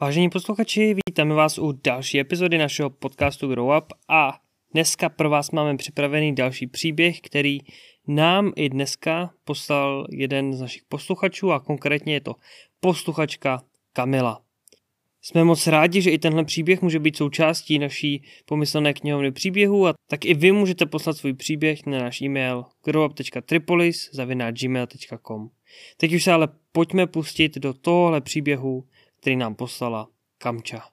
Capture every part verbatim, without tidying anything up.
Vážení posluchači, vítáme vás u další epizody našeho podcastu Grow Up a dneska pro vás máme připravený další příběh, který nám i dneska poslal jeden z našich posluchačů a konkrétně je to posluchačka Kamila. Jsme moc rádi, že i tenhle příběh může být součástí naší pomyslné knihovny příběhů a tak i vy můžete poslat svůj příběh na náš e-mail growup tečka tripolis zavináč gmail tečka com. Teď už se ale pojďme pustit do tohohle příběhu, který nám poslala Kamča.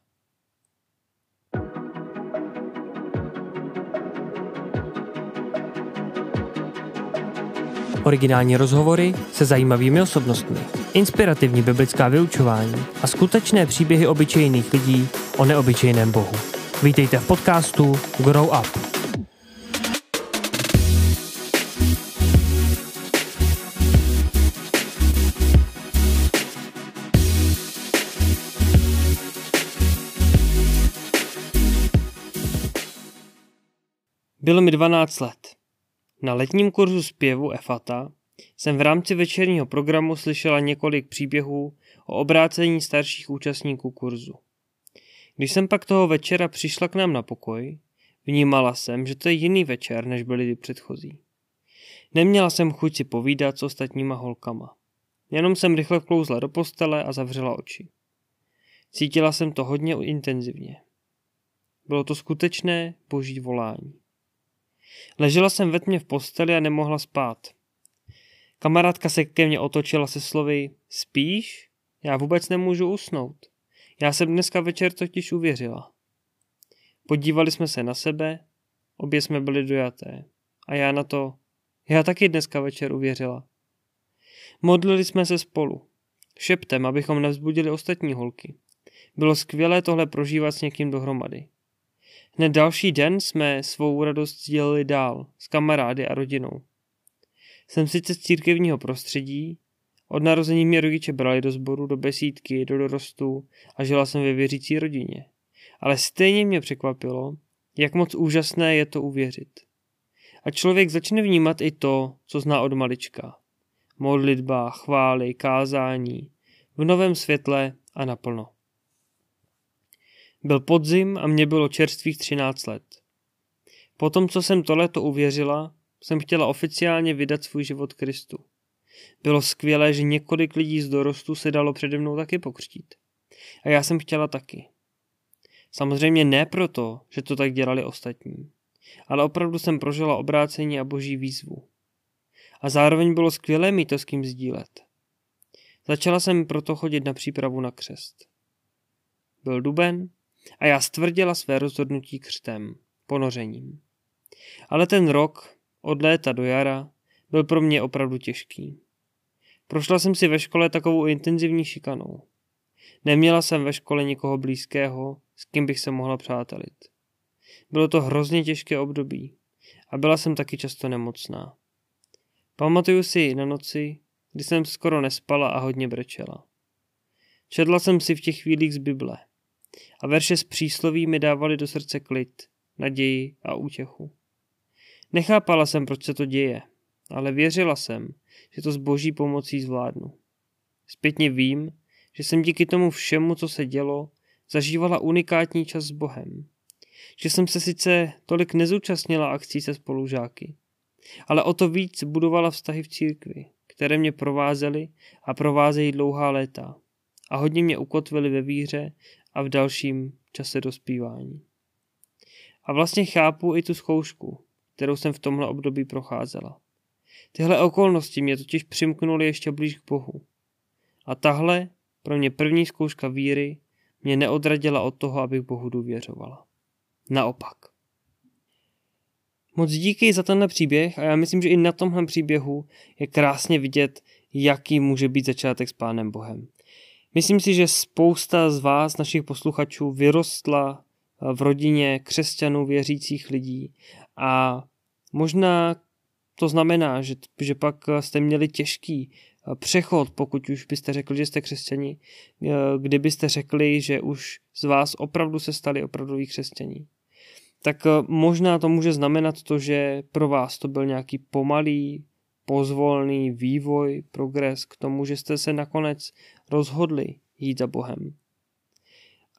Originální rozhovory se zajímavými osobnostmi, inspirativní biblická vyučování a skutečné příběhy obyčejných lidí o neobyčejném Bohu. Vítejte v podcastu Grow Up. Bylo mi dvanáct let. Na letním kurzu zpěvu Efata jsem v rámci večerního programu slyšela několik příběhů o obrácení starších účastníků kurzu. Když jsem pak toho večera přišla k nám na pokoj, vnímala jsem, že to je jiný večer, než byly ty předchozí. Neměla jsem chuť si povídat s ostatníma holkama. Jenom jsem rychle vklouzla do postele a zavřela oči. Cítila jsem to hodně intenzivně. Bylo to skutečné boží volání. Ležela jsem ve tmě v posteli a nemohla spát. Kamarádka se ke mně otočila se slovy: Spíš? Já vůbec nemůžu usnout. Já jsem dneska večer totiž uvěřila. Podívali jsme se na sebe, obě jsme byli dojaté. A já na to: Já taky dneska večer uvěřila. Modlili jsme se spolu. Šeptem, abychom nevzbudili ostatní holky. Bylo skvělé tohle prožívat s někým dohromady. Hned další den jsme svou radost sdělili dál, s kamarády a rodinou. Jsem sice z církevního prostředí, od narození mě rodiče brali do sboru, do besídky, do dorostu a žila jsem ve věřící rodině. Ale stejně mě překvapilo, jak moc úžasné je to uvěřit. A člověk začne vnímat i to, co zná od malička. Modlitba, chvály, kázání, v novém světle a naplno. Byl podzim a mě bylo čerstvých třináct let. Potom, co jsem to léto uvěřila, jsem chtěla oficiálně vydat svůj život Kristu. Bylo skvělé, že několik lidí z dorostu se dalo přede mnou taky pokřtít. A já jsem chtěla taky. Samozřejmě ne proto, že to tak dělali ostatní, ale opravdu jsem prožila obrácení a boží výzvu. A zároveň bylo skvělé mít to s kým sdílet. Začala jsem proto chodit na přípravu na křest. Byl duben a já stvrdila své rozhodnutí křtem, ponořením. Ale ten rok, od léta do jara, byl pro mě opravdu těžký. Prošla jsem si ve škole takovou intenzivní šikanou. Neměla jsem ve škole nikoho blízkého, s kým bych se mohla přátelit. Bylo to hrozně těžké období a byla jsem taky často nemocná. Pamatuju si na noci, kdy jsem skoro nespala a hodně brečela. Četla jsem si v těch chvílích z Bible a verše z přísloví mi dávaly do srdce klid, naději a útěchu. Nechápala jsem, proč se to děje, ale věřila jsem, že to s boží pomocí zvládnu. Zpětně vím, že jsem díky tomu všemu, co se dělo, zažívala unikátní čas s Bohem. Že jsem se sice tolik nezúčastnila akcí se spolužáky, ale o to víc budovala vztahy v církvi, které mě provázely a provázejí dlouhá léta a hodně mě ukotvily ve víře a v dalším čase dospívání. A vlastně chápu i tu zkoušku, kterou jsem v tomhle období procházela. Tyhle okolnosti mě totiž přimknuly ještě blíž k Bohu. A tahle, pro mě první zkouška víry, mě neodradila od toho, abych Bohu důvěřovala. Naopak. Moc díky za tenhle příběh a já myslím, že i na tomhle příběhu je krásně vidět, jaký může být začátek s Pánem Bohem. Myslím si, že spousta z vás, našich posluchačů, vyrostla v rodině křesťanů, věřících lidí a možná to znamená, že, že pak jste měli těžký přechod, pokud už byste řekli, že jste křesťani, kdybyste řekli, že už z vás opravdu se stali opravdoví křesťaní. Tak možná to může znamenat to, že pro vás to byl nějaký pomalý, pozvolný vývoj, progres k tomu, že jste se nakonec rozhodli jít za Bohem.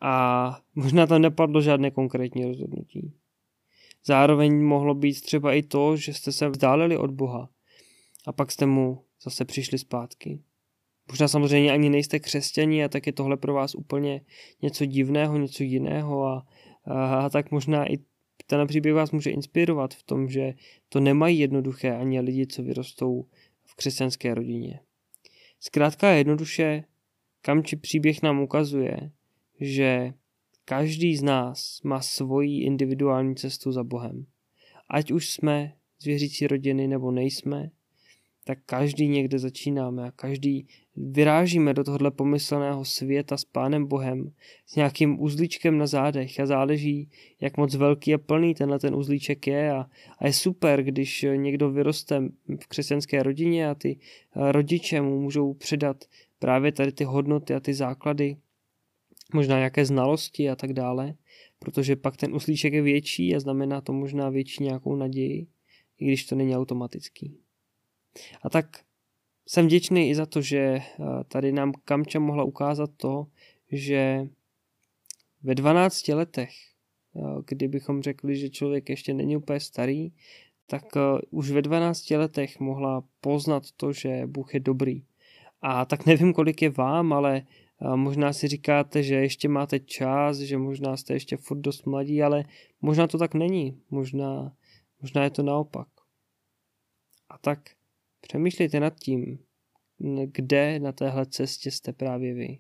a možná tam nepadlo žádné konkrétní rozhodnutí. Zároveň mohlo být třeba i to, že jste se vzdálili od Boha a pak jste mu zase přišli zpátky. Možná samozřejmě ani nejste křesťaní a tak je tohle pro vás úplně něco divného, něco jiného a, a, a tak možná i ten příběh vás může inspirovat v tom, že to nemají jednoduché ani lidi, co vyrostou v křesťanské rodině. Zkrátka jednoduše, Kamči příběh nám ukazuje, že každý z nás má svoji individuální cestu za Bohem. Ať už jsme z věřící rodiny nebo nejsme, tak každý někde začínáme a každý vyrážíme do tohohle pomyslného světa s Pánem Bohem s nějakým uzlíčkem na zádech a záleží, jak moc velký a plný tenhle ten uzlíček je a, a je super, když někdo vyroste v křesťanské rodině a ty rodiče mu můžou předat právě tady ty hodnoty a ty základy, možná nějaké znalosti a tak dále, protože pak ten uzlíček je větší a znamená to možná větší nějakou naději, i když to není automatický. A tak jsem vděčný i za to, že tady nám Kamča mohla ukázat to, že ve dvanácti letech, kdybychom řekli, že člověk ještě není úplně starý, tak už ve dvanácti letech mohla poznat to, že Bůh je dobrý. A tak nevím, kolik je vám, ale možná si říkáte, že ještě máte čas, že možná jste ještě furt dost mladí, ale možná to tak není. Možná, možná je to naopak. A tak přemýšlejte nad tím, kde na téhle cestě jste právě vy.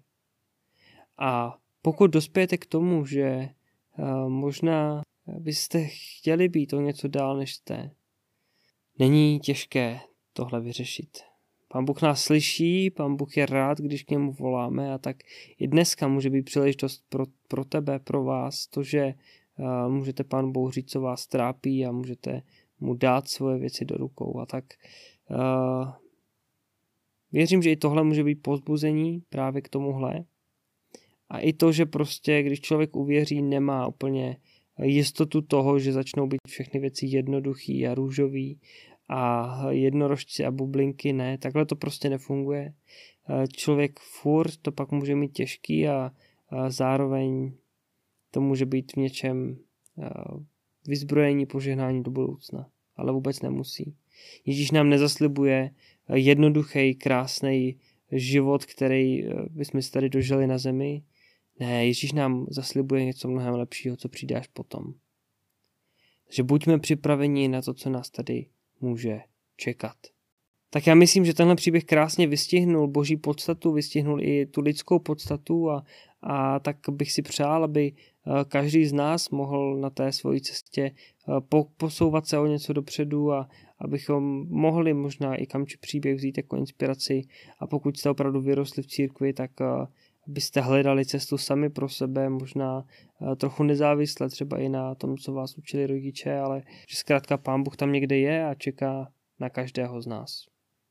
A pokud dospějete k tomu, že možná byste chtěli být o něco dál než jste, není těžké tohle vyřešit. Pán Bůh nás slyší, Pán Bůh je rád, když k němu voláme a tak i dneska může být příležitost pro, pro tebe, pro vás, to, že uh, můžete Pánu Bohu říct, co vás trápí a můžete mu dát svoje věci do rukou. A tak uh, věřím, že i tohle může být povzbuzení právě k tomuhle. A i to, že prostě, když člověk uvěří, nemá úplně jistotu toho, že začnou být všechny věci jednoduchý a růžový a jednorožci a bublinky, ne, takhle to prostě nefunguje. Člověk furt to pak může mít těžký a, a zároveň to může být v něčem vyzbrojení, požehnání do budoucna, ale vůbec nemusí. Ježíš nám nezaslibuje jednoduchý, krásný život, který bychom si tady dožili na zemi. Ne, Ježíš nám zaslibuje něco mnohem lepšího, co přijde až potom. Takže buďme připraveni na to, co nás tady může čekat. Tak já myslím, že tenhle příběh krásně vystihnul boží podstatu, vystihnul i tu lidskou podstatu a, a tak bych si přál, aby každý z nás mohl na té svojí cestě posouvat se o něco dopředu a abychom mohli možná i Kamči příběh vzít jako inspiraci a pokud jste opravdu vyrostli v církvi, tak abyste hledali cestu sami pro sebe, možná trochu nezávisle třeba i na tom, co vás učili rodiče, ale že zkrátka Pán Bůh tam někde je a čeká na každého z nás.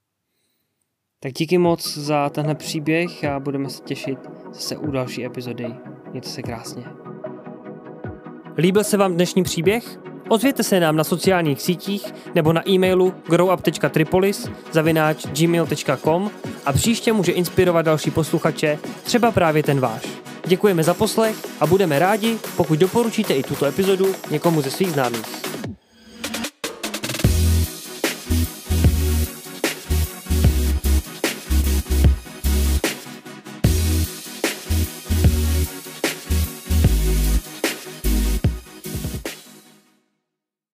Tak díky moc za tenhle příběh a budeme se těšit zase u další epizody. Mějte se krásně. Líbil se vám dnešní příběh? Ozvěte se nám na sociálních sítích nebo na e-mailu growup tečka tripolis zavináč gmail tečka com a příště může inspirovat další posluchače, třeba právě ten váš. Děkujeme za poslech a budeme rádi, pokud doporučíte i tuto epizodu někomu ze svých známých.